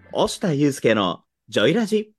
押田祐介のジョイラジ。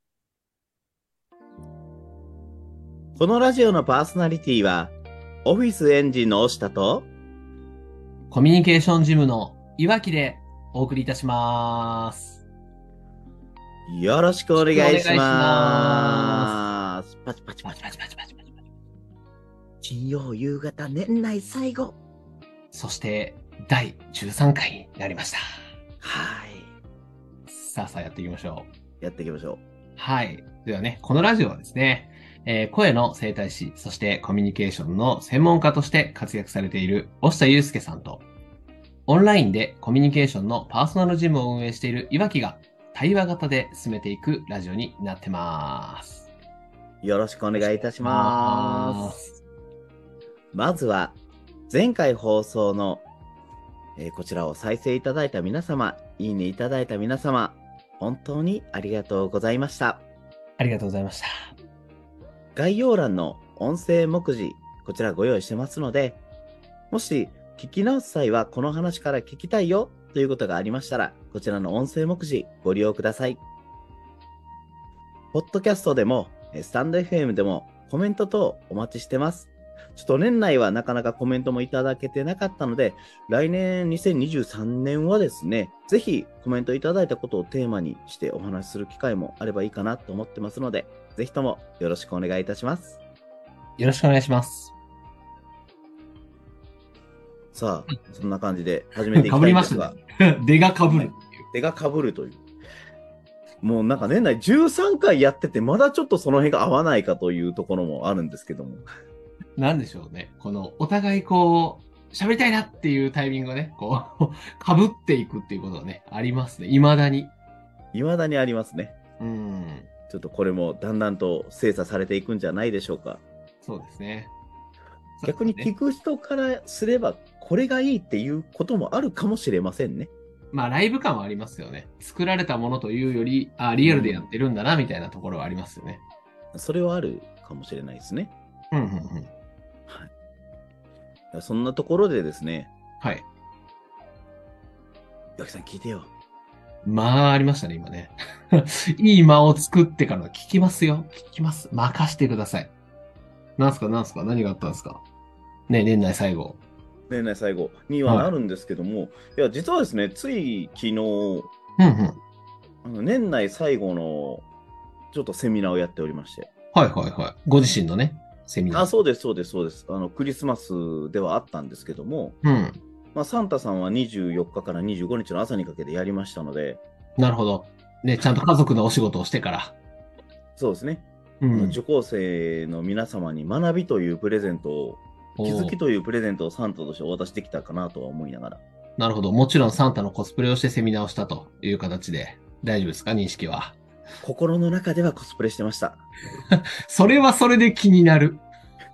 このラジオのパーソナリティは、オフィスエンジンの押田と、 コミュニケーションジムのいわきでお送りいたします。 よろしくおよろ願いししくお願いします。 ます。パチパチパチパチ。 パチパチパチパチパチパチ。 金曜夕方年内最後。 そして第13回になりました。 はい。 さあさあやっていきましょう。 やっていきましょはい。ではね、このラジオはですね、声の整体師、そしてコミュニケーションの専門家として活躍されている押田祐介さんと、オンラインでコミュニケーションのパーソナルジムを運営しているいわきが対話型で進めていくラジオになってます。 う。よろしくおよろしくお願いし願いいたします。 ます。 まずは、前回放送の、こちらを再生いただいた皆様、いいねいただいた皆様、本当にありがとうございました。 ありがとうございました。 概要欄の音声目次、こちらご用意してますので、もし聞き直す際はこの話から聞きたいよということがありましたら、こちらの音声目次ご利用ください。ポッドキャストでも、スタンド FM でもコメント等お待ちしてます。ちょっと年内はなかなかコメントもいただけてなかったので、来年2023年はですね、ぜひコメントいただいたことをテーマにしてお話しする機会もあればいいかなと思ってますので、ぜひともよろしくお願いいたします。 よろしくお願いします。 さあ、そんな感じで始めていきかぶたいんですが、 りましたね。出がかぶる。 手が被るという。もうなんか年内13回やってて、まだちょっとその辺が合わないかというところもあるんですけども。 なんでしょうね。この、お互いこう、喋りたいなっていうタイミングがね、こう、かぶっていくっていうことがね、ありますね。未だに。 未だにありますね。 うん。 ちょっとこれもだんだんと精査されていくんじゃないでしょうか。 そうですね。そう逆にね。 聞く人からすれば、これがいいっていうこともあるかもしれませんね。 まあ、ライブ感はありますよね。作られたものというより、リアルでやってるんだな、みたいなところはありますよね。 それはあるかもしれないですね。 うん、うん、うん。 はい。そんなところでですね、 はい。 岩木さん聞いてよ。 まあ、ありましたね、今ね。いい間を作ってから聞きますよ。聞きます。任してください。なんすか、なんすか、何があったんですか。ね、年内最後。 年内最後にははい。 なるんですけども、いや、実はですね、つい昨日、 うん、うん。 年内最後のちょっとセミナーをやっておりまして。 はい、はい、はい。ご自身のね、セミナーあ、 です。 そうです、そうです、そうです。クリスマスではあったんですけども、 うん。 まあ、サンタさんは24日から25日の朝にかけてやりましたので、 なるほど。ね、ちゃんはい。 と家族のお仕事をしてから。 そうですね。 うん。 受講生の皆様に学びというプレゼントを、気づおー、 きというプレゼントをサンタとしてお渡しできたかなとは思いながら。 なるほど。もちろんサンタのコスプレをしてセミナーをしたという形で大丈夫ですか、認識は。 心の中ではコスプレしてました。 それはそれで気になる。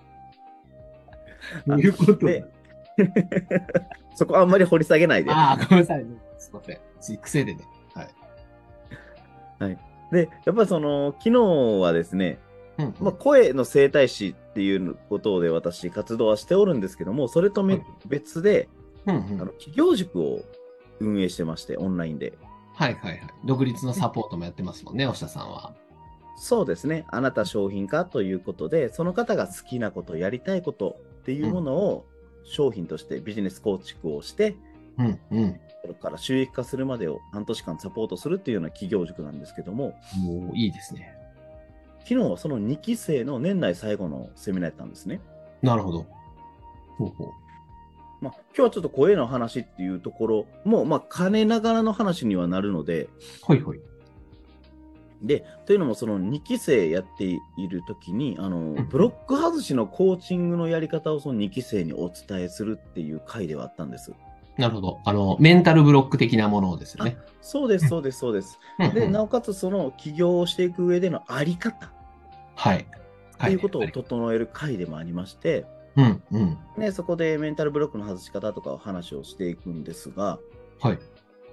どうあ、 いうことだ。 で、そこあんまり掘り下げないで。 ああ、ごめんなさいね。すいません。癖でね。はい。 はい。で、やっぱり昨日はですね、 うん、うまあ、 ん。 声の整体師っていうことで私活動はしておるんですけども、それとはい。 別で、 うん、うん。 企業塾を運営してまして、オンラインで。 はい、はい、はい。独立のね。 サポートもやってますもんね、押田さんは。 そうですね。あなた商品化ということで、その方が好きなこと、やりたいことっていうもうん、 のを商品としてビジネス構築をして、 うん、うん。 それから収益化するまでを半年間サポートするっていうような企業塾なんですけども、 もういいですね。 昨日はその2期生の年内最後のセミナーやったんですね。 なるほど。ほうほう。 まあ、今日はちょっと声の話っていうところも、まあ、兼ねながらの話にはなるので、 ほいほい。 で、というのもその2期生やっているときに、 うん、 ブロック外しのコーチングのやり方をその2期生にお伝えするっていう回ではあったんです。 なるほど。メンタルブロック的なものですよあ、 ね。 そうです、そうです、そうです。 うん、うで、なん。 おかつその起業をしていく上でのあり方っはい。はいね。 ていうことを整える回でもありまして、 うん、うん。 ね、そこでメンタルブロックの外し方とかを話をしていくんですが、 はい。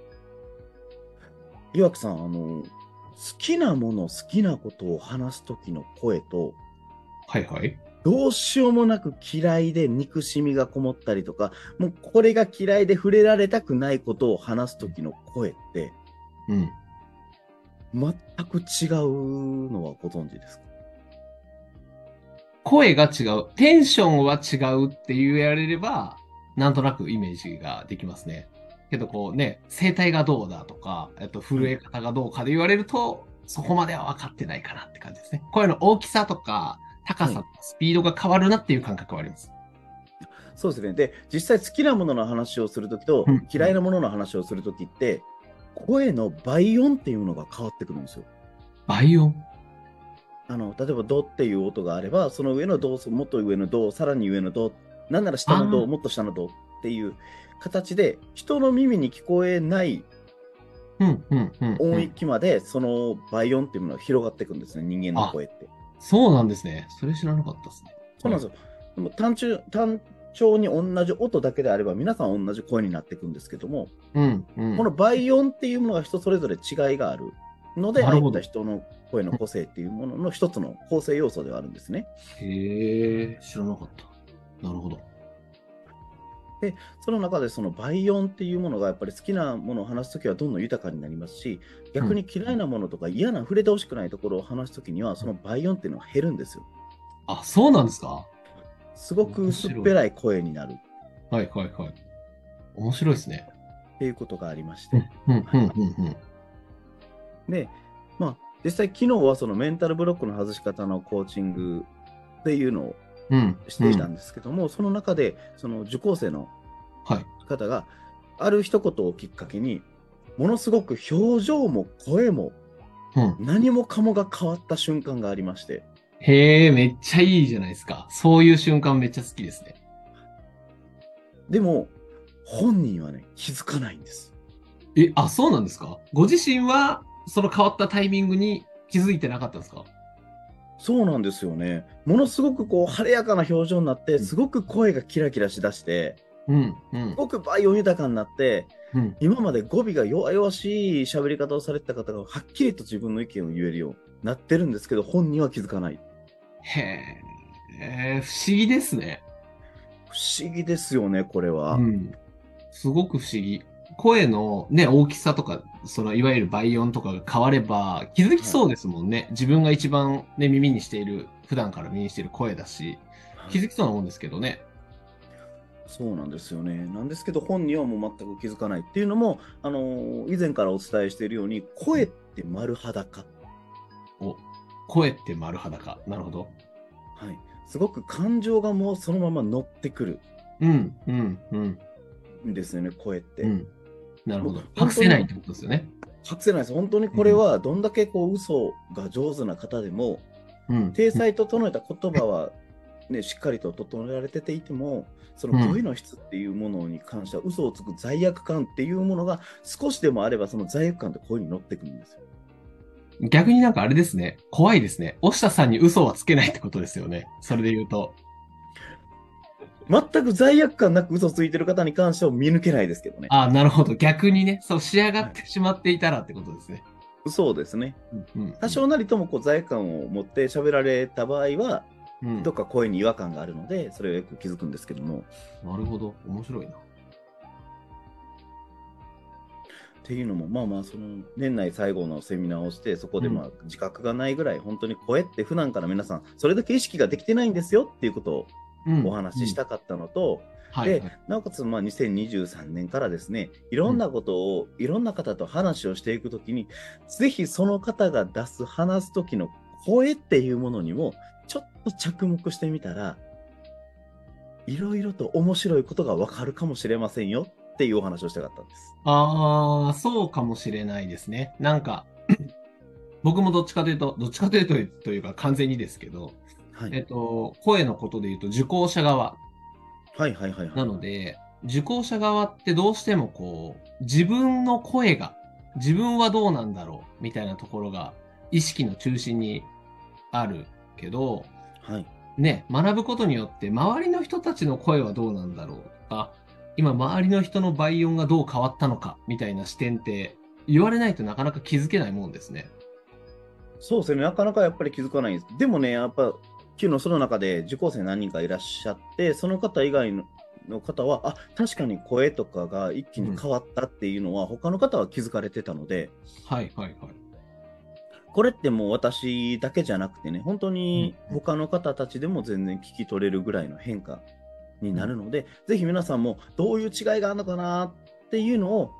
岩城さん、好きなもの、好きなことを話す時の声と、 はい、はい。 どうしようもなく嫌いで憎しみがこもったりとか、もうこれが嫌いで触れられたくないことを話す時の声って、 うん。 全く違うのはご存知ですか？ 声が違う。テンションは違うって言われれば、なんとなくイメージができますね。けどこうね、声帯がどうだとか、震え方がどうかで言われると、そこまでは分かってないかなって感じですね。声の大きさとか、高さ、 はい。 スピードが変わるなっていう感覚はあります。 そうですね。で、実際好きなものの話をするときとうん嫌いなものの話をするときって、声の倍音っていうのが変わってくるんですよ。 倍音。 例えばドっていう音があれば、その上のド、もっと上のド、さらに上のド、なんなら下のド、 ああ、 もっと下のドっていう形で、人の耳に聞こえないうんうんうんう音ん。 域まで、その倍音っていうものが広がっていくんですね、人間のあ、 声って。 そうなんですね。それ知らなかったですね。はい。 そうなんですよ。でも単調に同じ音だけであれば、皆さん同じ声になっていくんですけども、 うんうん。 この倍音っていうものが人それぞれ違いがあるので、ああいったなるほど。 人の声の個性っていうものの一つの構成要素ではあるんですね。 へえ、知らなかった。なるほど。 で、その中でその倍音っていうものがやっぱり好きなものを話すときはどんどん豊かになりますし、逆に嫌いなものとか嫌な触れてほしくないところを話すときには、その倍音っていうのは減るんですよ。 あ、そうなんですか？ すごく面白い。 薄っぺらい声になるはいはいはい。面白いですね。 っていうことがありましうんて。 うんうんはい。 うんで、まあ、実際昨日はそのメンタルブロックの外し方のコーチングっていうのをうん。 していたんですけども、その中でその受講生のはい。 方がある一言をきっかけにものすごく表情も声もうん。 何もかもが変わった瞬間がありまして、 へえ、めっちゃいいじゃないですか。そういう瞬間めっちゃ好きですね。 でも本人はね気づかないんです。 え、あ、そうなんですか？ご自身は、その変わったタイミングに気づいてなかったんですか？ そうなんですよね。ものすごくこう晴れやかな表情になってすごく声がキラキラしだして、 うんうん。 すごく倍音豊かになって、 うん。 今まで語尾が弱々しい喋り方をされてた方がはっきりと自分の意見を言えるようになってるんですけど、本人は気づかない。 へえ、不思議ですね。 不思議ですよね、これは。 うん。すごく不思議。声のね、大きさとか、そのいわゆる倍音とかが変われば気づきはい。 そうですもんね。自分が一番ね、耳にしている、普段から耳にしている声だし、気はい。 づきそうなもんですけどね。 そうなんですよね。なんですけど、本人はもう全く気づかないっていうのも、以前からお伝えしているように、声って丸裸。 お、声って丸裸。なるほど。 はい。すごく感情がもうそのまま乗ってくるうん、うん、うん、 んですよね、声って。 うん。なるもうほど。隠本当にせないってことですよね。 隠せないです。本当にうん、 これは、どんだけこう嘘が上手な方でも、 うん、 体裁整えた言葉は、ね、しっかりと整えられてていても、そのうん。 声の質っていうものに関しては、嘘をつく罪悪感っていうものが少しでもあれば、その罪悪感って声に乗ってくるんですよ。 逆になんかあれですね。怖いですね。押下さんに嘘はつけないってことですよね。それで言うと。 全く罪悪感なく嘘ついてる方に関しては見抜けないですけどね。 あ、なるほど。逆にね、そう仕上がはい、 ってしまっていたらってことですね。 そうですね。 うんうんうん。 多少なりともこう罪悪感を持って喋られた場合は、 うん。 どっか声に違和感があるので、それをよく気づくんですけども。 なるほど。面白いな。 っていうのも、まあまあ、その年内最後のセミナーをして、そこでうん。 まあ自覚がないぐらい、本当に声って普段から皆さん、それだけ意識ができてないんですよっていうことをうん。 お話ししうん。 たかったのと、で、 はいはい。 なおかつ、まあ、2023年からですね、いろんなことを、いろんな方と話をしていくときに、ぜひその方が話すときの声っていうものにも、ちょっと着目してみたら、いろいろと面白いことがわかるかもしれませんよっていうお話をしたかったんです。 ああ、そうかもしれないですね。なんか、僕もどっちかというと、どっちかというと、というか完全にですけど、 はい。 声のことで言うと受講者側はいはいはいはない。 ので、受講者側ってどうしてもこう、自分の声が、自分はどうなんだろうみたいなところが意識の中心にあるけど、 はい。 ね、学ぶことによって周りの人たちの声はどうなんだろうとか、今周りの人の倍音がどう変わったのかみたいな視点って言われないとなかなか気づけないもんですね。 そうですね、なかなかやっぱり気づかないんです。でもね、やっぱ、昨日その中で受講生何人かいらっしゃって、その方以外の方は、あ、確かに声とかが一気にうん。 変わったっていうのは、他の方は気づかれてたので、 はいはいはい。 これってもう私だけじゃなくてね、本当に他の方たちでも全然聞き取れるぐらいの変化になるので、ぜひ皆さんもどういう違いがあるのかなっていうのを、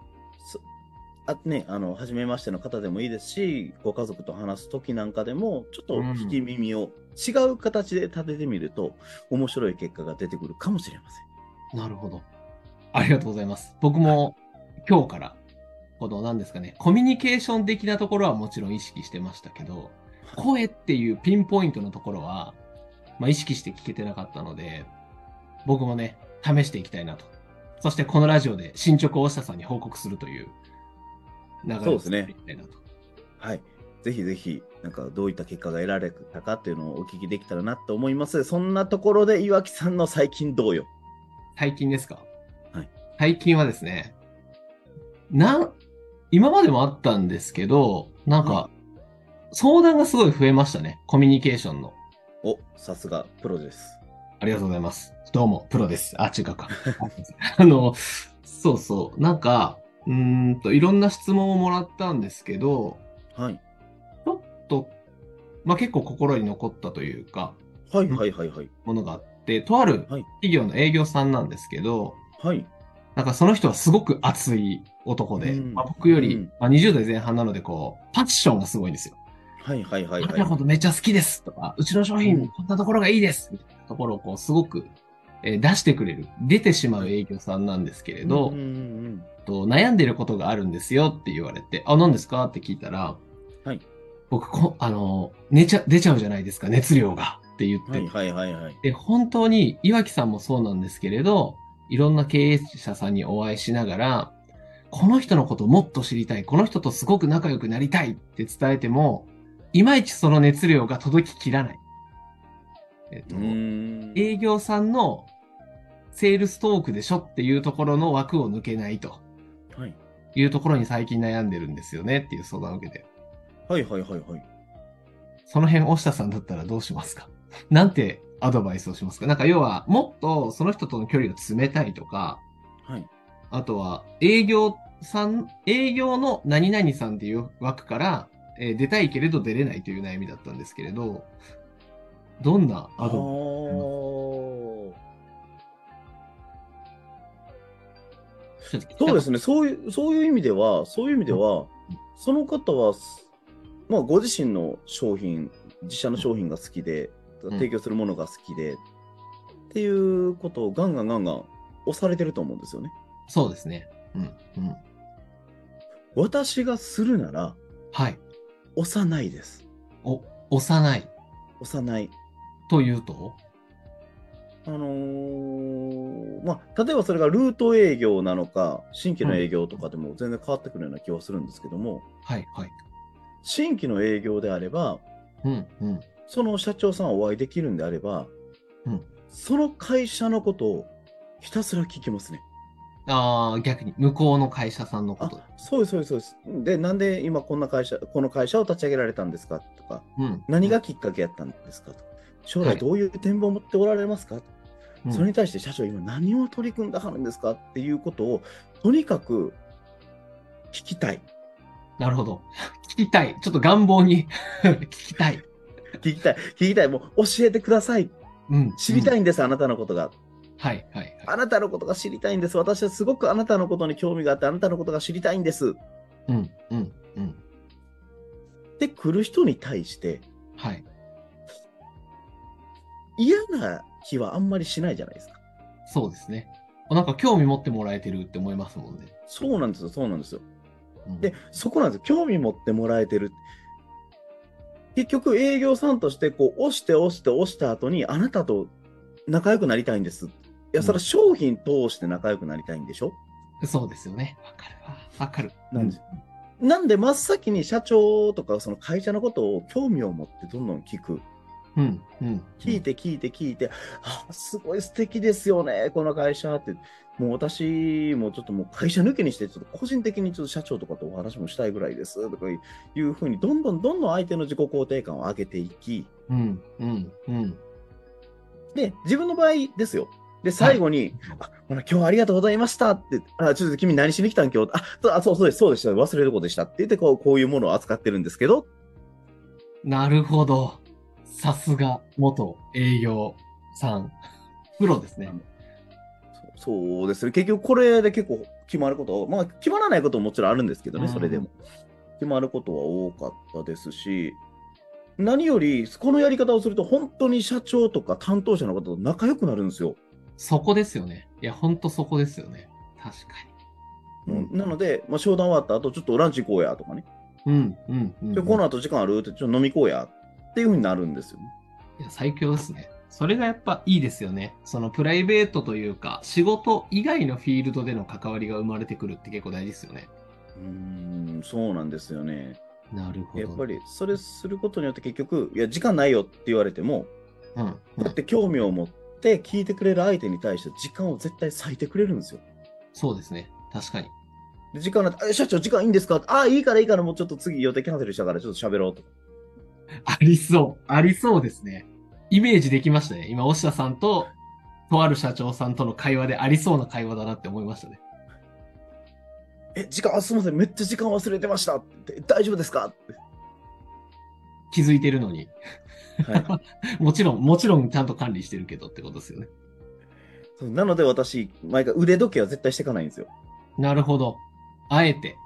初めましての方でもいいですし、ご家族と話す時なんかでも、ちょっと聞き耳を違う形で立ててみると、面白い結果が出てくるかもしれません。なるほど。ありがとうございます。僕も今日から、この何ですかね、コミュニケーション的なところはもちろん意識してましたけど、声っていうピンポイントのところは、意識して聞けてなかったので、僕もね、試していきたいなと。そしてこのラジオで進捗を大下さんに報告するという流れを作っていきたいなと。 はい。ぜひぜひ、どういった結果が得られたかっていうのをお聞きできたらなと思います。そんなところで岩木さんの最近どうよ？ 最近ですか？ はい。 最近はですね、今までもあったんですけど、相談がすごい増えましたね。コミュニケーションの。 お、さすがプロです。 ありがとうございます。どうも、プロです。あ、違うか。そうそう。いろんな質問をもらったんですけど、 はい。 ちょっと、結構心に残ったというか、 はいはいはいはい。 ものがあって、とある企業の営業さんなんですけど、 はい。 その人はすごく熱い男で、僕より、20代前半なので、パッションがすごいんですよ。 はいはいはいはい。 あなたのことめっちゃ好きですとか、うちの商品こんなところがいいですみたいなところをすごく、出してくれる、出てしまう営業さんなんですけれど、悩んでることがあるんですよって言われて、あ、何ですかって聞いたら、 はい。 僕出ちゃうじゃないですか、熱量がって言って。 はいはいはいはい。 で、本当に岩木さんもそうなんですけれど、いろんな経営者さんにお会いしながら、この人のことをもっと知りたい、この人とすごく仲良くなりたいって伝えても、いまいちその熱量が届ききらない。営業さんのセールストークでしょっていうところの枠を抜けないと。はい。いうところに最近悩んでるんですよねっていう相談を受けて。 はいはいはいはい。 その辺、押下さんだったらどうしますか？なんてアドバイスをしますか？要は、もっとその人との距離を詰めたいとか、はい。あとは、営業の何々さんっていう枠から、出たいけれど出れないという悩みだったんですけれど、どんなアドバイスそうですね。そういう意味では、その方は、ご自身の商品、自社の商品が好きで、提供するものが好きで、っていうことをガンガン押されてると思うんですよね。 そうですね。 私がするなら、 はい。 押さないです。 押さない。 押さない。 というと？ 例えばそれがルート営業なのか、新規の営業とかでも全然変わってくるような気はするんですけども、 はいはい。 新規の営業であれば、その社長さんお会いできるんであれば、その会社のことをひたすら聞きますね。 逆に向こうの会社さんのこと。 そうです。で、なんで今この会社を立ち上げられたんですかとか、何がきっかけやったんですかとか、将来どういう展望を持っておられますか、それに対して社長今何を取り組んだはるんですかっていうことをとにかく聞きたい。 なるほど。聞きたい。ちょっと願望に聞きたい。 もう教えてください。知りたいんです、あなたのことが。はい。あなたのことが知りたいんです。私はすごくあなたのことに興味があって、あなたのことが知りたいんです。で、来る人に対して、はい。嫌な気はあんまりしないじゃないですか。 そうですね。興味持ってもらえてるって思いますもんね。 そうなんですよ。で、そこなんですよ。興味持ってもらえてる。結局、営業さんとして、押した後に、あなたと仲良くなりたいんです。いや、それは商品通して仲良くなりたいんでしょ？ そうですよね。わかる。 なんで、真っ先に社長とか、その会社のことを興味を持ってどんどん聞く。聞いて、すごい素敵ですよね、この会社って。もう私もちょっともう会社抜きにして、ちょっと個人的にちょっと社長とかとお話もしたいぐらいですとかいうふうに、どんどん相手の自己肯定感を上げていき、で、自分の場合ですよ。で、最後に、今日はありがとうございましたって、ちょっと君何しに来たん今日、そうでした、忘れることでしたって言って、こういうものを扱ってるんですけど、 なるほど。さすが、元営業さん。プロですね。 そうですね。結局これで結構決まること、まあ決まらないことももちろんあるんですけどね、それでも。決まることは多かったですし、何よりこのやり方をすると本当に社長とか担当者の方と仲良くなるんですよ。 そこですよね。いや、ほんとそこですよね。確かに。 なので、まあ、商談終わった後、ちょっとランチ行こうやとかね。 うん、うん、うん、うん。 この後時間あるってちょっと飲み行こうやっていう風になるんですよね。 いや、最強ですね。それがやっぱいいですよね。そのプライベートというか、仕事以外のフィールドでの関わりが生まれてくるって結構大事ですよね。 そうなんですよね。 なるほど。 やっぱりそれすることによって結局、いや、時間ないよって言われても、 うん、 だって興味を持って聞いてくれる相手に対して時間を絶対割いてくれるんですよ。 そうですね。確かに。 で時間なって、社長、時間いいんですか？いいからいいから、もうちょっと次予定キャンセルしたからちょっと喋ろうとか。 ありそう。ありそうですね。イメージできましたね。今、押田さんと、とある社長さんとの会話でありそうな会話だなって思いましたね。 時間、すみません、めっちゃ時間忘れてましたって、大丈夫ですかって。 気づいてるのに。 はい。 もちろんちゃんと管理してるけどってことですよね。 なので私、毎回腕時計は絶対していかないんですよ。 なるほど。あえて。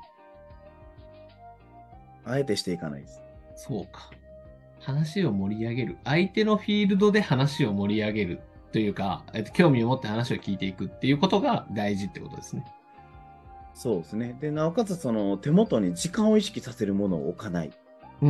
あえてしていかないです。 そうか。話を盛り上げる。相手のフィールドで話を盛り上げるというか、興味を持って話を聞いていくっていうことが大事ってことですね。 そうですね。で、なおかつ、その手元に時間を意識させるものを置かない。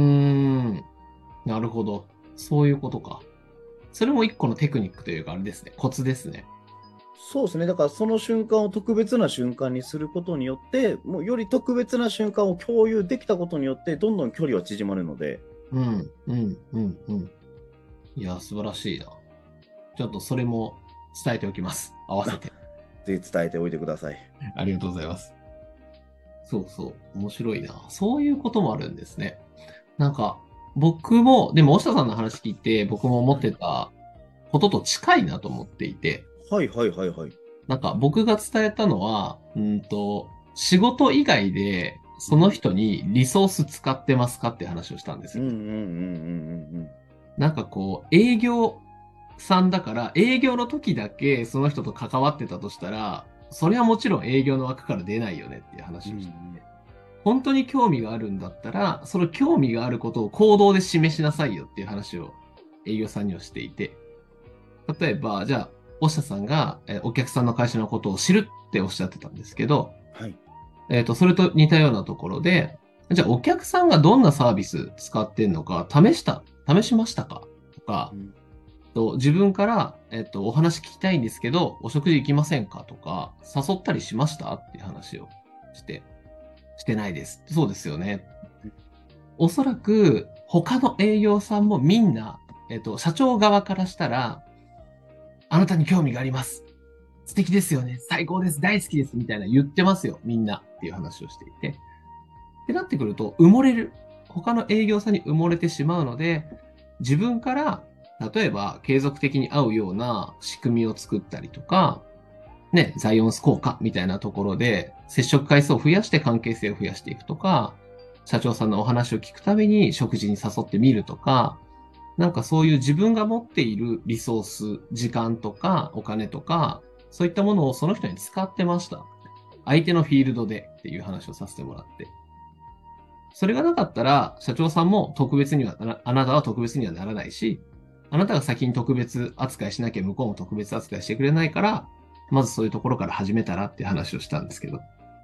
なるほど。そういうことか。それも一個のテクニックというか、あれですね。コツですね。 そうですね。だからその瞬間を特別な瞬間にすることによって、もうより特別な瞬間を共有できたことによって、どんどん距離は縮まるので。 うん、うん、うん、うん。いや、素晴らしいな。ちょっとそれも伝えておきます。合わせて。 ぜひ伝えておいてください。 ありがとうございます。そうそう。面白いな。そういうこともあるんですね。なんか、僕も、でも、押下さんの話聞いて、僕も思ってたことと近いなと思っていて、 はいはいはいはい。 なんか僕が伝えたのは、仕事以外で、その人にリソース使ってますかって話をしたんですよ。なんかこう、営業さんだから、営業の時だけその人と関わってたとしたら、それはもちろん営業の枠から出ないよねっていう話をしていて、本当に興味があるんだったら、その興味があることを行動で示しなさいよっていう話を営業さんにはしていて、例えば、じゃあ、おしゃさんがお客さんの会社のことを知るっておっしゃってたんですけど、 はい。 それと似たようなところで、じゃあお客さんがどんなサービス使ってんのか試しましたかとか、自分から、お話聞きたいんですけど、お食事行きませんかとか、誘ったりしましたっていう話をしてないです。そうですよね。おそらく、他の営業さんもみんな、社長側からしたら、あなたに興味があります。素敵ですよね。最高です。大好きです。みたいな言ってますよ。みんなっていう話をしていて。ってなってくると、埋もれる。他の営業さんに埋もれてしまうので、自分から、例えば継続的に合うような仕組みを作ったりとか、ね、ザイオンス効果みたいなところで、接触回数を増やして関係性を増やしていくとか、社長さんのお話を聞くために食事に誘ってみるとか、なんかそういう自分が持っているリソース、時間とかお金とか、そういったものをその人に使ってました。相手のフィールドでっていう話をさせてもらって。それがなかったら、社長さんも特別には、あなたは特別にはならないし、あなたが先に特別扱いしなきゃ向こうも特別扱いしてくれないから、まずそういうところから始めたらっていう話をしたんですけど。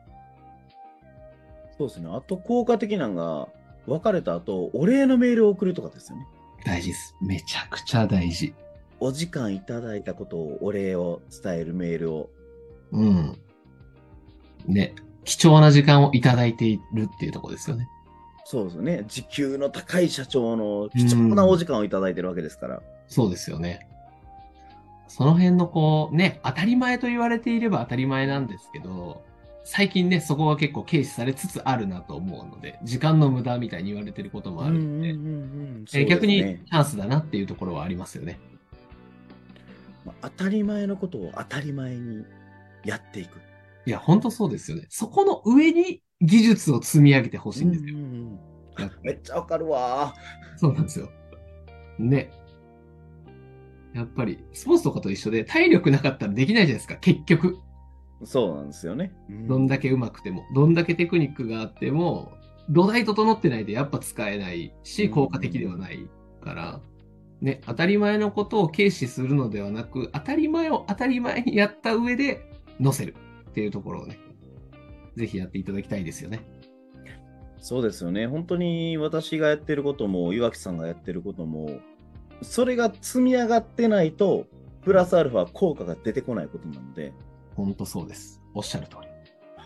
そうですね。あと効果的なのが、別れた後、お礼のメールを送るとかですよね。 大事です。めちゃくちゃ大事。 お時間いただいたことを、お礼を伝えるメールを。 うん。ね。貴重な時間をいただいているっていうところですよね。 そうですよね。時給の高い社長の貴重なお時間をいただいてるわけですから。 そうですよね。その辺のこう、ね、当たり前と言われていれば当たり前なんですけど、最近ね、そこが結構軽視されつつあるなと思うので、時間の無駄みたいに言われてることもあるので、逆にチャンスだなっていうところはありますよね。 当たり前のことを当たり前にやっていく。 いや、本当そうですよね。そこの上に技術を積み上げてほしいんですよ。 めっちゃわかるわそうなんですよ。ね。やっぱり、スポーツとかと一緒で、体力なかったらできないじゃないですか、結局。 ー。そうなんですよね。 どんだけ上手くても、どんだけテクニックがあっても、土台整ってないとやっぱ使えないし、効果的ではないから、ね、当たり前のことを軽視するのではなく、当たり前を当たり前にやった上で乗せるっていうところをね、ぜひやっていただきたいですよね。 そうですよね。本当に私がやってることも、岩木さんがやってることも、それが積み上がってないと、プラスアルファ効果が出てこないことなので、 ほんとそうです。おっしゃる通り。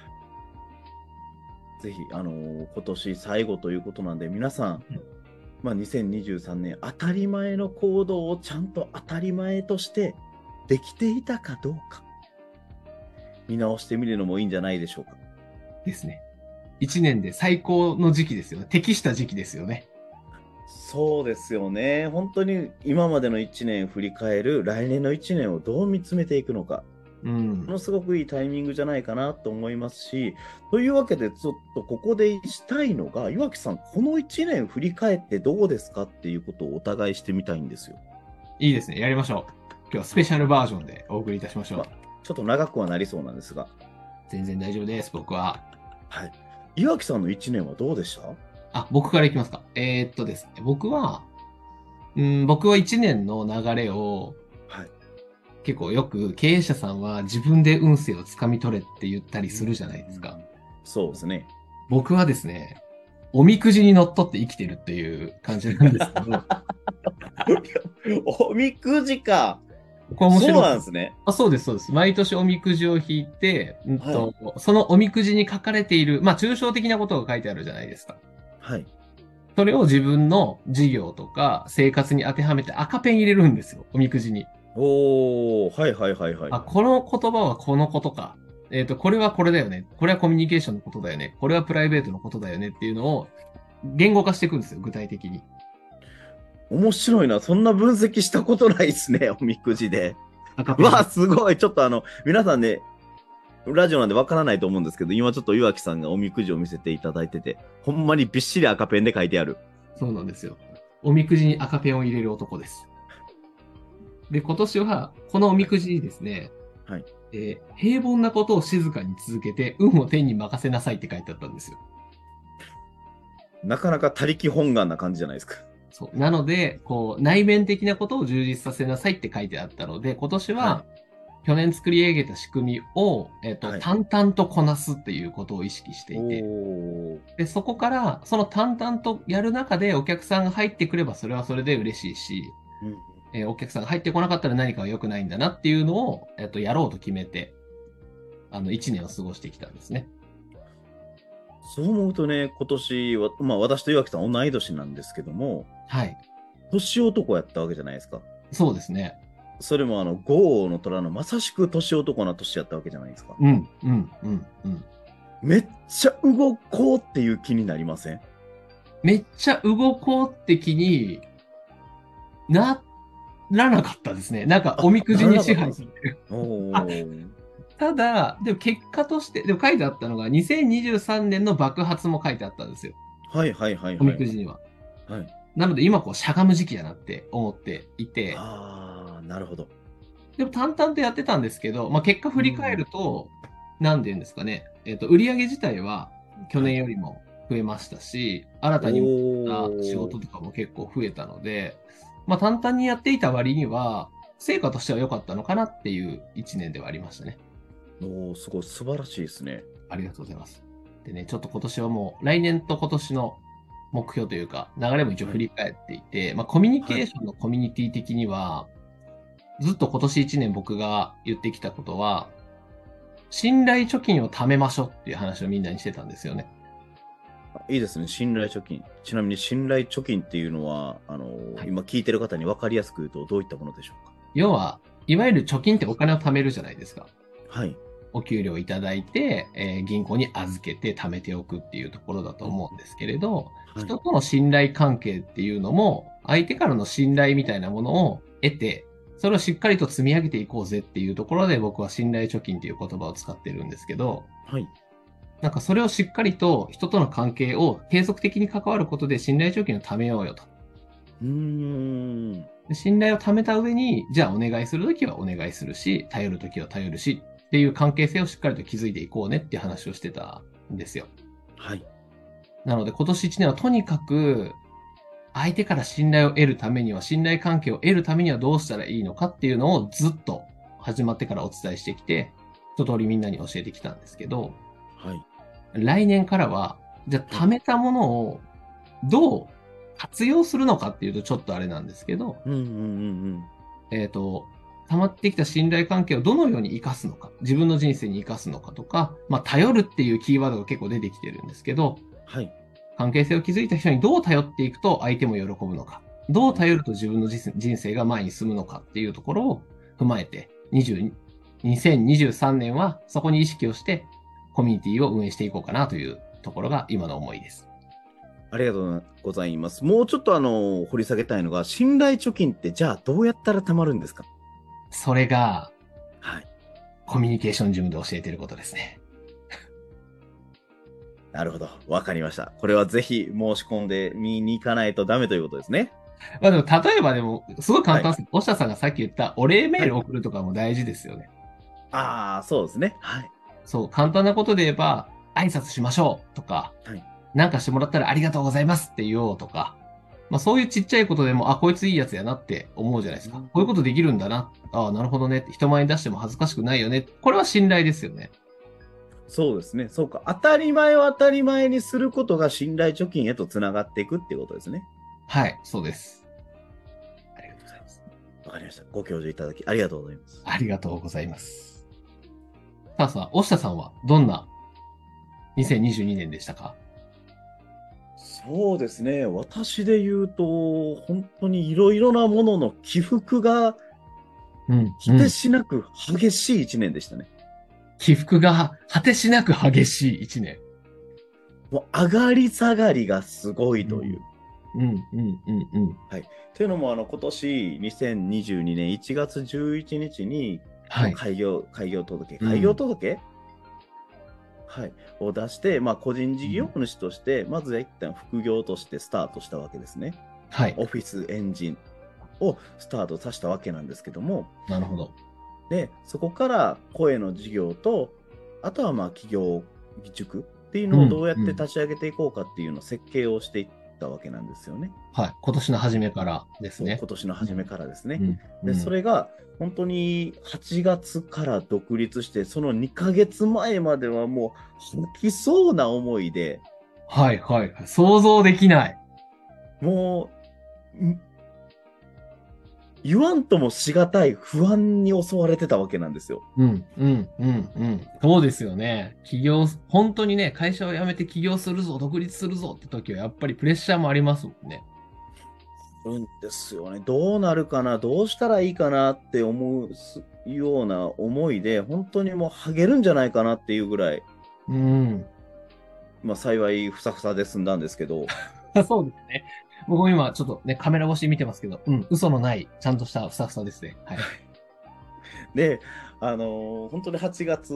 ぜひ、今年最後ということなんで、皆さん、2023年、当たり前の行動をちゃんと当たり前としてできていたかどうか、見直してみるのもいいんじゃないでしょうか。 ですね。一年で最高の時期ですよね。適した時期ですよね。 そうですよね。本当に今までの1年振り返る、来年の1年をどう見つめていくのか。ものすごくいいタイミングじゃないかなと思いますし、というわけでちょっとここでしたいのが、岩木さん、この1年振り返ってどうですかっていうことをお互いしてみたいんですよ。 いいですね。やりましょう。今日はスペシャルバージョンでお送りいたしましょう。 ちょっと長くはなりそうなんですが。 全然大丈夫です、僕は。 はい。岩木さんの1年はどうでした？ 僕からいきますか。ですね。僕は1年の流れを、結構よく経営者さんは自分で運勢をつかみ取れって言ったりするじゃないですか。 そうですね。 僕はですね、おみくじにのっとって生きてるっていう感じなんですけど。 おみくじか。 これ面白い。 そうなんですね。 そうです、そうです。毎年おみくじを引いて、そのおみくじに書かれている、抽象的なことが書いてあるじゃないですか。 はい。 それを自分の事業とか生活に当てはめて赤ペン入れるんですよ、おみくじに。 はいはいはいはい。 この言葉はこのことか。これはこれだよね。これはコミュニケーションのことだよね。これはプライベートのことだよねっていうのを言語化していくんですよ、具体的に。 面白いな。そんな分析したことないですね、おみくじで。わあ、すごい。ちょっと皆さんね、ラジオなんでわからないと思うんですけど、今ちょっと岩木さんがおみくじを見せていただいてて、ほんまにびっしり赤ペンで書いてある。 そうなんですよ。おみくじに赤ペンを入れる男です。で、今年は、このおみくじにですね、 はい。 平凡なことを静かに続けて、運を天に任せなさいって書いてあったんですよ。 なかなか他力本願な感じじゃないですか。 そう。なので、内面的なことを充実させなさいって書いてあったので、今年は、去年作り上げた仕組みを、淡々とこなすっていうことを意識していて、で、そこから、その淡々とやる中でお客さんが入ってくれば、それはそれで嬉しいし、お客さんが入ってこなかったら何かが良くないんだなっていうのを、やろうと決めて、1年を過ごしてきたんですね。 そう思うとね、今年は、私と岩木さん同い年なんですけども、 はい。 年男やったわけじゃないですか。 そうですね。 それも豪王の虎のまさしく年男な年やったわけじゃないですか。めっちゃ動こうっていう気になりません？ めっちゃ動こうって気にならなかったですね。なんかおみくじに支配されてる。ただ、でも結果として、でも書いてあったのが2023年の爆発も書いてあったんですよ。 はいはいはい、はい。 おみくじには。はい。なので今しゃがむ時期だなって思っていて。 ああ、なるほど。 でも淡々とやってたんですけど、結果振り返ると、なんて言うんですかね。売上自体は去年よりも増えましたし、新たに持った仕事とかも結構増えたので、淡々にやっていた割には、成果としては良かったのかなっていう1年ではありましたね。 すごい素晴らしいですね。 ありがとうございます。でね、ちょっと今年はもう来年と今年の目標というか、流れも一応振り返っていて、コミュニケーションのコミュニティ的には、ずっと今年1年僕が言ってきたことは、信頼貯金を貯めましょうっていう話をみんなにしてたんですよね。 いいですね、信頼貯金。ちなみに信頼貯金っていうのは、今聞いてる方に分かりやすく言うとどういったものでしょうか？ 要は、いわゆる貯金ってお金を貯めるじゃないですか。 はい。 お給料いただいて、銀行に預けて貯めておくっていうところだと思うんですけれど、人との信頼関係っていうのも、相手からの信頼みたいなものを得て、それをしっかりと積み上げていこうぜっていうところで僕は信頼貯金っていう言葉を使ってるんですけど、 はい。 なんかそれをしっかりと人との関係を継続的に関わることで信頼貯金を貯めようよと。 うーん。 で信頼を貯めた上に、じゃあお願いするときはお願いするし、頼るときは頼るしっていう関係性をしっかりと築いていこうねっていう話をしてたんですよ。 はい。 なので今年1年はとにかく相手から信頼を得るためには、信頼関係を得るためにはどうしたらいいのかっていうのをずっと始まってからお伝えしてきて、一通りみんなに教えてきたんですけど、 はい。 来年からは、じゃあはい。 貯めたものをどう活用するのかっていうとちょっとあれなんですけど、 うんうんうん溜まってきた信頼関係をどのように活かすのか、自分の人生に活かすのかとか、頼るっていうキーワードが結構出てきてるんですけど、 はい。 関係性を築いた人にどう頼っていくと相手も喜ぶのか、どう頼ると自分の人生が前に進むのかっていうところを踏まえて、2023年はそこに意識をしてコミュニティを運営していこうかなというところが今の思いです。 ありがとうございます。もうちょっと掘り下げたいのが、信頼貯金ってじゃあどうやったら貯まるんですか？ それがはい。 コミュニケーションジムで教えていることですね。 なるほど。わかりました。これはぜひ申し込んで見に行かないとダメということですね。 でも例えばでもすごい簡はい。 単です。おしゃさんがさっき言ったお礼メーはい。 ル送るとかも大事ですよね。 ああ、そうですね。はい。 そう、簡単なことで言えば挨拶しましょうとか、 はい。 なんかしてもらったらありがとうございますって言おうとか、そういうちっちゃいことでも、あ、こいついいやつやなって思うじゃないですか。 うん、 こういうことできるんだな。ああ、なるほどね。人前に出しても恥ずかしくないよね。これは信頼ですよね。 そうですね。そうか。当たり前を当たり前にすることが信頼貯金へとつながっていくっていうことですね。 はい、そうです。 ありがとうございます。わかりました。ご教授いただきありがとうございます。 ありがとうございます。さあ、押下さんはどんな2022年でしたか？ そうですね。私で言うと、本当にいろいろなものの起伏がうん、 果てしなく激しい一年でしたね。 起伏が果てしなく激しい一年。 もう上がり下がりがすごいうん、 という。 うん、うん、うん、うん。 はい。というのも、今年2022年1月11日に、 はい。 開業うん、 届はい、を出して、個人事業主として、まずは一旦副業としてスタートしたわけですね。 はい。 オフィスエンジンをスタートさせたわけなんですけども、 なるほど。 で、そこから声の事業と、あとは企業塾っていううん、 のをどうやっうん。 て立ち上げていこうかっていうのを設計をしていったわけなんですよね。 はい。今年の初めからですそう、 ね。 今年の初めからですね。 うん、うで、 ん。 それが本当に8月から独立して、その2ヶ月前まではもう吐きそうな思いで、 はい、はい。想像できない。 もう、言わんともしがたい不安に襲われてたわけなんですよ。 うん、うん、うん、うん。そうですよね。本当にね、会社を辞めて起業するぞ、独立するぞって時はやっぱりプレッシャーもありますもんね。 うんですよね。どうなるかな、どうしたらいいかなって思うような思いで、本当にもうハゲるんじゃないかなっていうぐらい、 うん。 幸いふさふさで済んだんですけど、 そうですね。僕も今ちょっとね、カメラ越しに見てますけど、うん、嘘のない、ちゃんとしたふさふさですね。はい。 で、本当に8月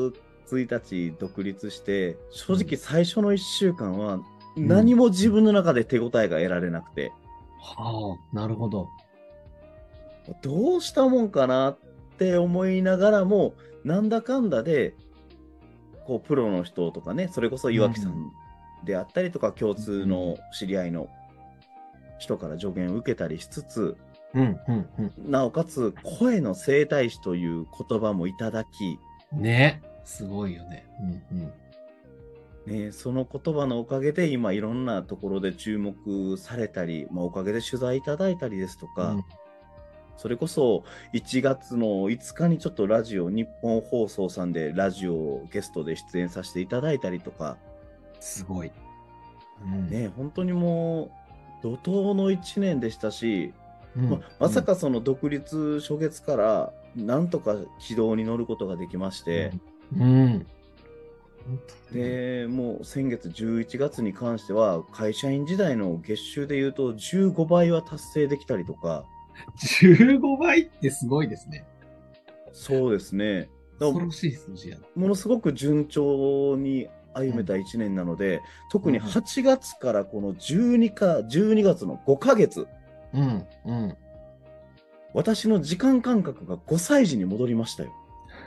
1日独立して、正直最初の1週間はうん。 何も自分の中で手応えが得られなくて、 はあ、なるほど。 どうしたもんかなって思いながらも、なんだかんだで、プロの人とかね、それこそ岩木さうん。 んであったりとか、共通の知り合いの人から助言を受けたりしつつ、 うん、うん、うなおかつ声の整体師という言葉もいただき、 ん。ね。すごいよね。うん、 ね、その言葉のおかげで今いろんなところで注目されたり、おかげで取材いただいたりですとうん。うか、 ん。 それこそ1月の5日にちょっとラジオ、日本放送さんでラジオをゲストで出演させていただいたりとか、 すごい。うん。 ね、本当にもう怒涛の1年でしたし、 うん、 まうん、 さかその独立初月からなんとか軌道に乗ることができまして、 うん。うん。本当にで、もう先月11月に関しては、会社員時代の月収でいうと15倍は達成できたりとか、 15倍ってすごいですね。 そうですね。だから恐ろしい数字やな。 ものすごく順調に歩めた1年なので、特に8月からこの12月の5ヶ月、 うんうん。 私の時間感覚が5歳児に戻りましたよ。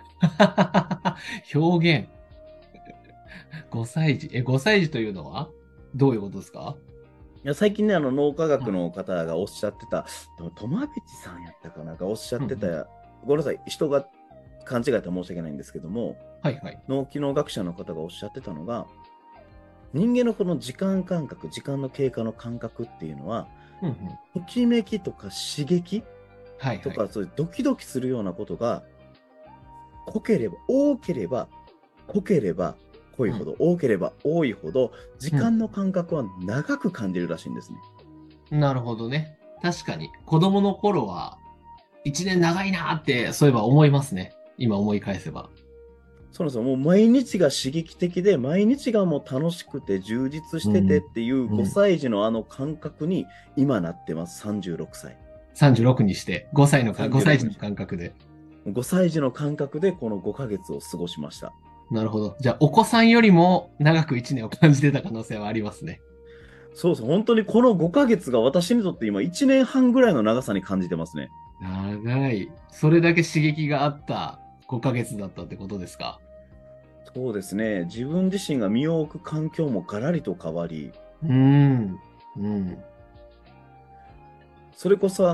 表現。5歳児。5歳児というのはどういうことですか？ いや最近ね、脳科学の方がおっしゃってた、友部さんやったかながおっしゃってた、 うんうん、 ごめんなさい、人が勘違いだったら申し訳ないんですけども、 はいはい。 脳機能学者の方がおっしゃってたのが、人間のこの時間感覚、時間の経過の感覚っていうのは、 うんうん、 ときめきとか刺激はいはい。 とか、そういうドキドキするようなことが、濃ければ、多ければ、濃ければ濃いほど、多ければ多いほど、時間の感覚は長く感じるらしいんですね。 うん、なるほどね。確かに。子供の頃は、一年長いなーって、そういえば思いますね。今思い返せば。 そうなんですよ。もう毎日が刺激的で、毎日がもう楽しくて充実しててっていううん。 5歳児の感覚に今なってます。36歳。 36にして、5歳児 36 のに。 感覚で。 5歳児の感覚でこの5ヶ月を過ごしました。 なるほど。じゃあ、お子さんよりも長く1年を感じてた可能性はありますね。 そうそう、本当にこの5ヶ月が私にとって今1年半ぐらいの長さに感じてますね。 長い。それだけ刺激があった5ヶ月だったってことですか？ そうですね。自分自身が身を置く環境もガラリと変わり、 うーん。うん。 それこそ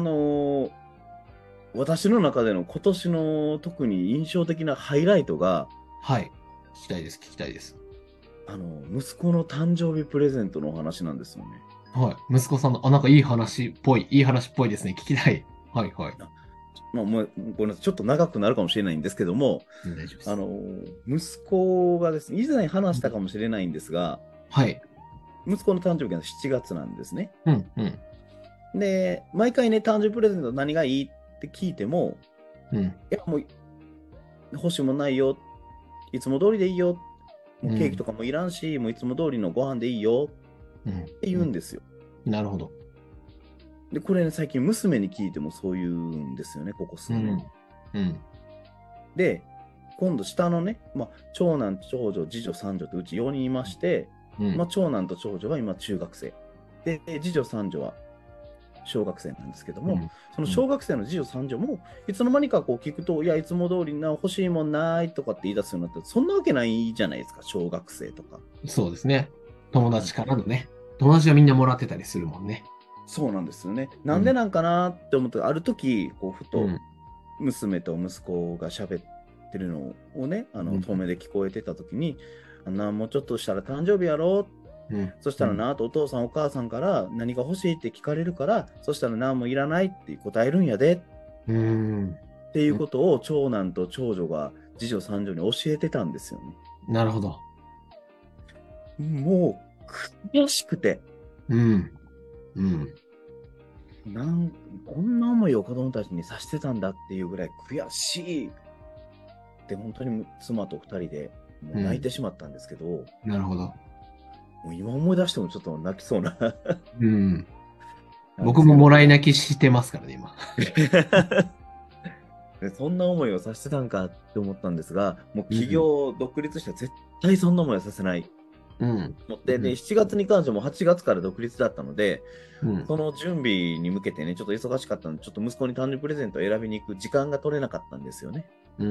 私の中での今年の特に印象的なハイライトが、 はい。聞きたいです、聞きたいです。 息子の誕生日プレゼントのお話なんですよね。 はい。息子さんの、なんかいい話っぽいですね。聞きたい。はいはい。 あまあ、もうごめんなさい、ちょっと長くなるかもしれないんですけども、 大丈夫です。 息子がですね、以前話したかもしれないんですが、 はい。 息子の誕生日が7月なんですね。 うん、うん、 で、毎回ね、誕生日プレゼント何がいいって聞いても、 うん、 いや、もう欲しいもんないよ、いつも通りでいいよ、もうケーキうん、 とかもいらんし、もういつも通りのご飯でいいようん、 って言うん。 うんですよ。 なるほど。 で、これね、最近娘に聞いてもそう言うんですよね、ここ数年。 うん、うん、 で、今度下のね、長男、長女、次女、三女とうち4人いまして、 うん、 長男と長女は今中学生。で、次女、三女は小学生なんですけども、 うん、 そのうん。 小学生の次女、三女も、いつの間にかこう聞くと、いや、いつも通りな、欲しいもんないとかって言い出すようになって、そんなわけないじゃないですか、小学生とか。 そうですね。友はい、 達からのね。友達がみんなもらってたりするもんね。 そうなんですよね。 うん、 なんでなんかなって思って、ある時、こうふとうん、 娘と息子が喋ってるのをね、 うん、 遠目で聞こえてた時に、もうちょっとしたら誕生日やろう。 うん、 そしたらうん、 なとお父さんお母さんから何が欲しいって聞かれるから、そしたら何もいらないって答えるんやでうん。 っていうことを長男と長女が次女三女に教えてたんですよね。 なるほど。 もう悔しくて、 うん、うん、 なんこんな思いを子供たちにさせてたんだっていうぐらい悔しいって本当に妻と二人でもう泣いうん。 てしまったんですけど、もなるほど。 う今思い出してもちょっと泣きそうなうん。 なんで僕ももらいすけども。 泣きしてますからね、今。 でそんな思いをさせてたんかって思ったんですが、もううん、 起業、独立したら絶対そんな思いはさせない。 うん、 で、7月に関しても8月から独立だったので、 うん、 その準備に向けてね、ちょっと忙しかったので、ちょっと息子に誕生日プレゼントを選びに行く時間が取れなかったんですよね。 うん。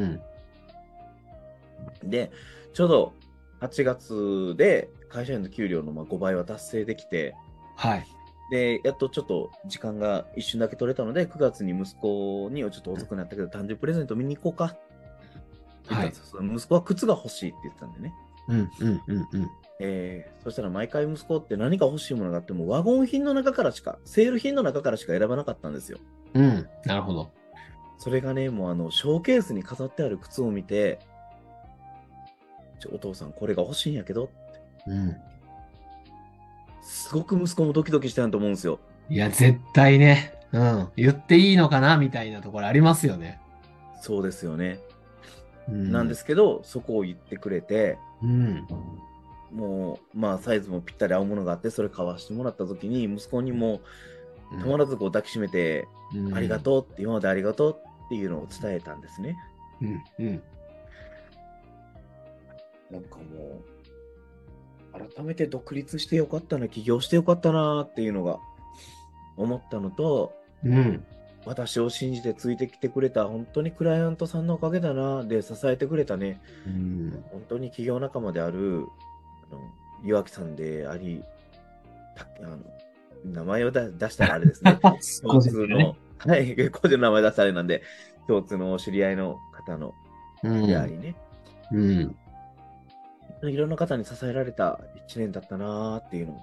で、ちょうど8月で会社員の給料の5倍は達成できて、 はい。 で、やっとちょっと時間が一瞬だけ取れたので、9月に息子にちょっと遅くなったけど、誕生日プレゼント見に行こうかって言っはい。 たんですよ。その息子は靴が欲しいって言ってたんでね。 うん、うん、うん、うん。 そしたら毎回息子って何か欲しいものがあっても、ワゴン品の中からしか、セール品の中からしか選ばなかったんですよ。 うん。なるほど。 それがね、もうショーケースに飾ってある靴を見て、お父さんこれが欲しいんやけど、 うん。 すごく息子もドキドキしたんと思うんですよ。 いや、絶対ね。うん。言っていいのかなみたいなところありますよね。 そうですよね。なんでうん。 すけど、そこを言ってくれて、 うん。 もう、サイズもぴったり合うものがあって、それ買わしてもらった時に、息子にもうん。 止まらずこう抱きしめて、 うん。 ありがとうって、今までありがとうっていうのを伝えたんですね。 うん。うん。 なんかも改めて独立してよかったな、起業してよかったなっていうのが思ったのと、 うん。 私を信じてついてきてくれた本当にクライアントさんのおかげだな、で支えてくれたね、 うん。 本当に企業仲間である岩木さんであり、名前を出したらあれですね、共個人的なね。 通の、はい、個人の名前出したらあれなんで、共通の知り合いの方のうん。 でありね、 うん。 いろんな方に支えられた1年だったなっていうのを、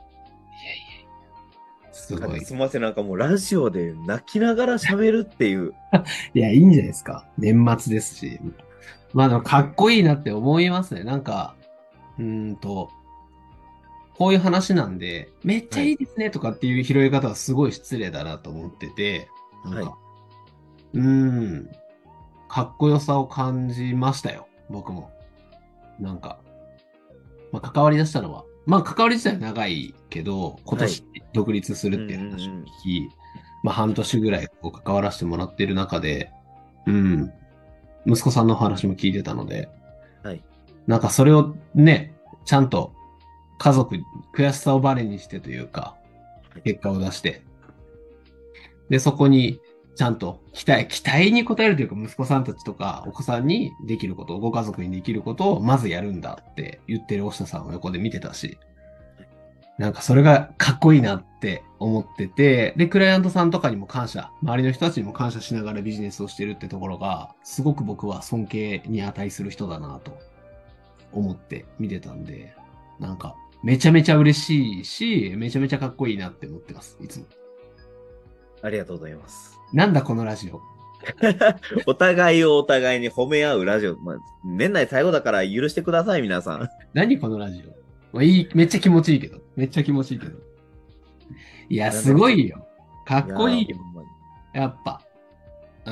すごい。 すみません、なんかもうラジオで泣きながら喋るっていう、 いや、いいんじゃないですか。年末ですし。まあでもかっこいいなって思いますね。なんか、うーんと、こういう話なんで、めっちゃはい、 いいですねとかっていう拾い方はすごい失礼だなと思ってて、なんはい、 か、うーん、かっこよさを感じましたよ。僕も。なんか、まあ関わり出したのは、まあ関わり自体は長いけど、今はい、 年独立するうんうんっていう話をうん、 聞き、まあ半年ぐらいこう関わらせてもらってる中で、うん、息子さんの話も聞いてたので、 はい、 なんかそれをね、ちゃんと家族、悔しさをバネにしてというか、 はい、 結果を出して、で、そこにちゃんと期待に応えるというか、息子さんたちとかお子さんにできること、ご家族にできることをまずやるんだって言ってる大下さんを横で見てたし、なんかそれがかっこいいなって思ってて、で、クライアントさんとかにも感謝、周りの人たちにも感謝しながらビジネスをしてるってところが、すごく僕は尊敬に値する人だなと思って見てたんで、なんか、めちゃめちゃ嬉しいし、めちゃめちゃかっこいいなって思ってます、いつも。 ありがとうございます。 なんだこのラジオ。 お互いをお互いに褒め合うラジオ、まあ、年内最後だから許してください、皆さん。 何このラジオ。まあ、いい、めっちゃ気持ちいいけど。めっちゃ気持ちいいけど。いや、すなんだかごいよ。かいやー、 っこいいよ。 ほんまに。 やっぱ。うん。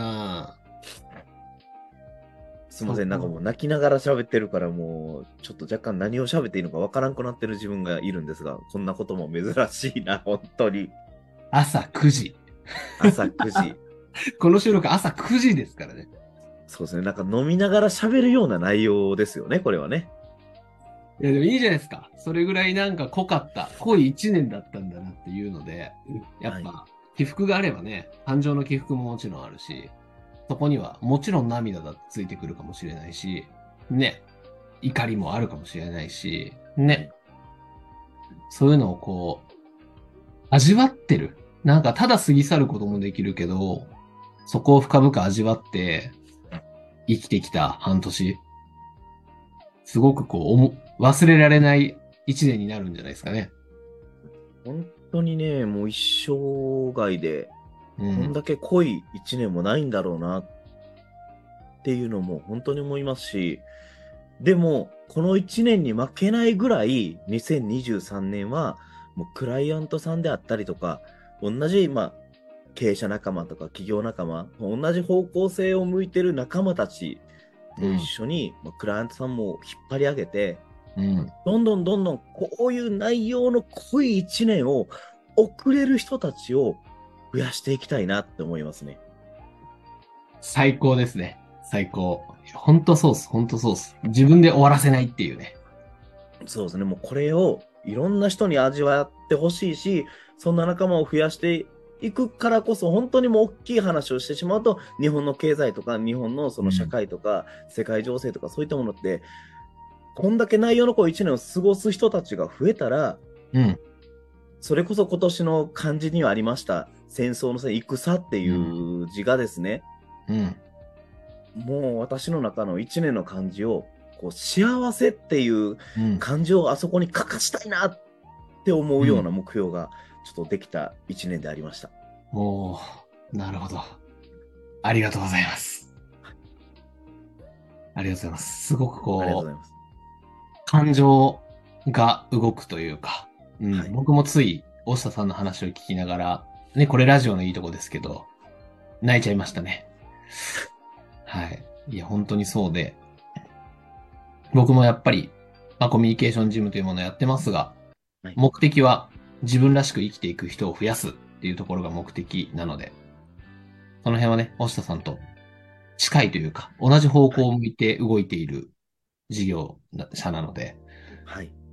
すみません、なんかそこ。 もう泣きながら喋ってるから、もう、ちょっと若干何を喋っていいのかわからんくなってる自分がいるんですが、こんなことも珍しいな、本当に。 朝9時。 朝9時。 この収録朝9時ですからね。 そうですね、なんか飲みながら喋るような内容ですよね、これはね。 いや、でもいいじゃないですか。それぐらいなんか濃かった、濃い1年だったんだなっていうので、やっはい。 ぱ、起伏があればね、感情の起伏ももちろんあるし、そこにはもちろん涙だってついてくるかもしれないし、ね、怒りもあるかもしれないし、ね、 はい。 そういうのをこう、味わってる。なんかただ過ぎ去ることもできるけど、そこを深々味わって生きてきた半年、すごくこう、忘れられない一年になるんじゃないですかね。 本当にね、もう一生涯で、 うん。 こんだけ濃い一年もないんだろうなっていうのも本当に思いますし、でも、この1年に負けないぐらい、2023年は、もうクライアントさんであったりとか、同じ、経営者仲間とか企業仲間、同じ方向性を向いてる仲間たちと一うん。 緒に、クライアントさんも引っ張り上げて、 うん。 どんどんどんどんこういう内容の濃い1年を送れる人たちを増やしていきたいなって思いますね。 最高ですね。最高。本当そうっす。本当そうっす。自分で終わらせないっていうね。 そうですね。もうこれをいろんな人に味わってほしいし、そんな仲間を増やしていくからこそ、本当にもう大きい話をしてしまうと、日本の経済とか、日本のその社うん。 会とか、世界情勢とか、そういったものって、こんだけ内容の濃い1年を過ごす人たちが増えたら、 うん。 それこそ今年の漢字にはありました、戦争の戦、戦っていうん。 う字がですね、 うん。 もう私の中の1年の漢字を、こう幸せっていううん。 漢字をあそこに書かしたいなって思ううん。 ような目標がちょっとできた1年でありました。 おー、なるほど。ありがとうございます。ありがとうございます。すごくこう、 ありがとうございます。 感情が動くというか、うん、 はい。 僕もつい、大下さんの話を聞きながら、ね、これラジオのいいとこですけど、泣いちゃいましたね。はい。いや、本当にそうで、僕もやっぱり、コミュニケーションジムというものをやってますが、 はい。 目的は自分らしく生きていく人を増やすっていうところが目的なので、その辺はね、大下さんと近いというか、同じ方はい。 向を向いて動いている事業者なので、 はい。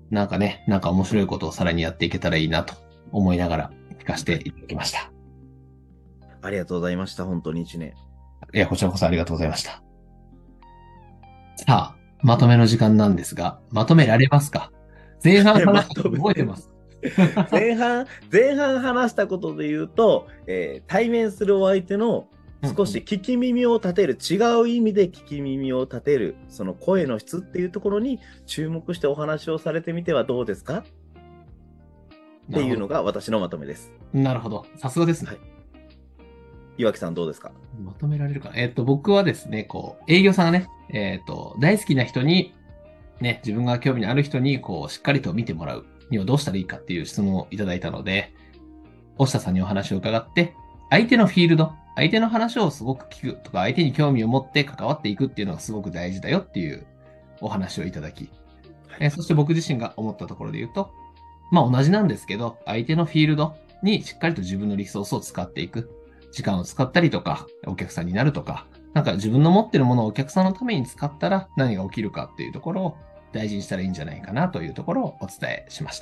なんかね、なんか面白いことをさらにやっていけたらいいなと思いながら聞かせていただきました。 ありがとうございました。本当に1年。 いや、こちらこそありがとうございました。さあ、まとめの時間なんですが、まとめられますか？前半話したことまとめ。 覚えてます。 前半話したことで言うと、対面するお相手のうんうん。 少し聞き耳を立てる、違う意味で聞き耳を立てる、その声の質っていうところに注目してお話をされてみてはどうですかっていうのなるほど。 が私のまとめです。 なるほど。さすがですね。 はい。岩木さんどうですか？ まとめられるかな。僕はですね、営業さんがね、大好きな人に、ね、自分が興味のある人に、しっかりと見てもらうにはどうしたらいいかっていう質問をいただいたので、押下さんにお話を伺って、相手のフィールド、相手の話をすごく聞くとか、相手に興味を持って関わっていくっていうのがすごく大事だよっていうお話をいただき、 はい。 そして僕自身が思ったところで言うと、まあ同じなんですけど、相手のフィールドにしっかりと自分のリソースを使っていく。時間を使ったりとか、お客さんになるとか、なんか自分の持ってるものをお客さんのために使ったら何が起きるかっていうところを大事にしたらいいんじゃないかなというところをお伝えしました。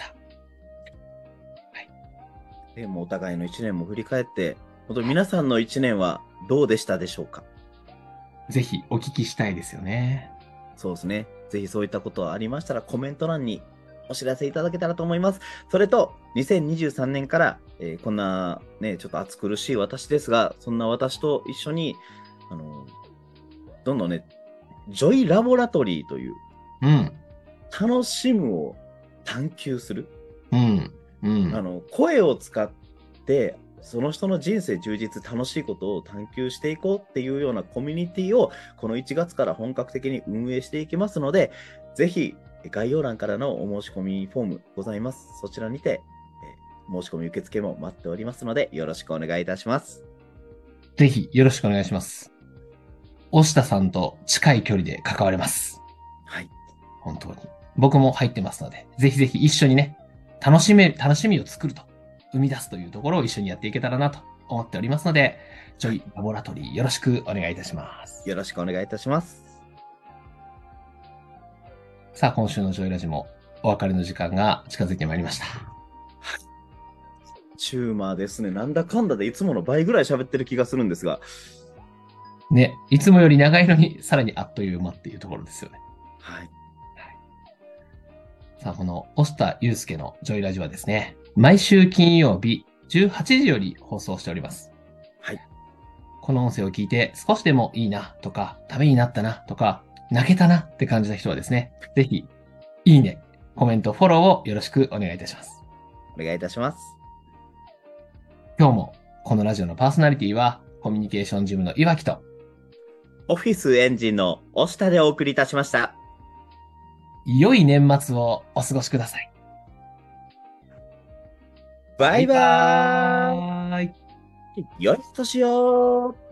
でもお互いの1年も振り返って、本当に皆さんの1年はどうでしたでしょうか？ ぜひお聞きしたいですよね。 そうですね。ぜひそういったことがありましたらコメント欄にお知らせいただけたらと思います。それと、2023年から、こんなね、ちょっと暑苦しい私ですが、そんな私と一緒に、あの、どんどんね、ジョイラボラトリーといううん。 楽しむを探求する。 うん。うん。 声を使って、その人の人生充実、楽しいことを探求していこうっていうようなコミュニティを、この1月から本格的に運営していきますので、ぜひ、概要欄からのお申し込みフォームございます。そちらにて、申し込み受付も待っておりますので、よろしくお願いいたします。 ぜひよろしくお願いします。押下さんと近い距離で関われます。 はい。 本当に。僕も入ってますので、ぜひぜひ一緒にね、楽しみを作ると、生み出すというところを一緒にやっていけたらなと思っておりますので、ジョイラボラトリーよろしくお願いいたします。 よろしくお願いいたします。 さあ、今週のジョイラジもお別れの時間が近づいてまいりました。 チューマーですね。なんだかんだでいつもの倍ぐらい喋ってる気がするんですが。 ね、いつもより長いのにさらにあっという間っていうところですよね。 はい。 さあ、この押下祐介のジョイラジはですね、毎週金曜日18時より放送しております。 はい。 この音声を聞いて少しでもいいなとか、ためになったなとか、泣けたなって感じた人はですね、ぜひ、いいね、コメント、フォローをよろしくお願いいたします。 お願いいたします。 今日もこのラジオのパーソナリティはコミュニケーションジムの岩木とオフィスエンジンの押下でお送りいたしました。 良い年末をお過ごしください。 バイババイバーイ。 ーイ。良い年を。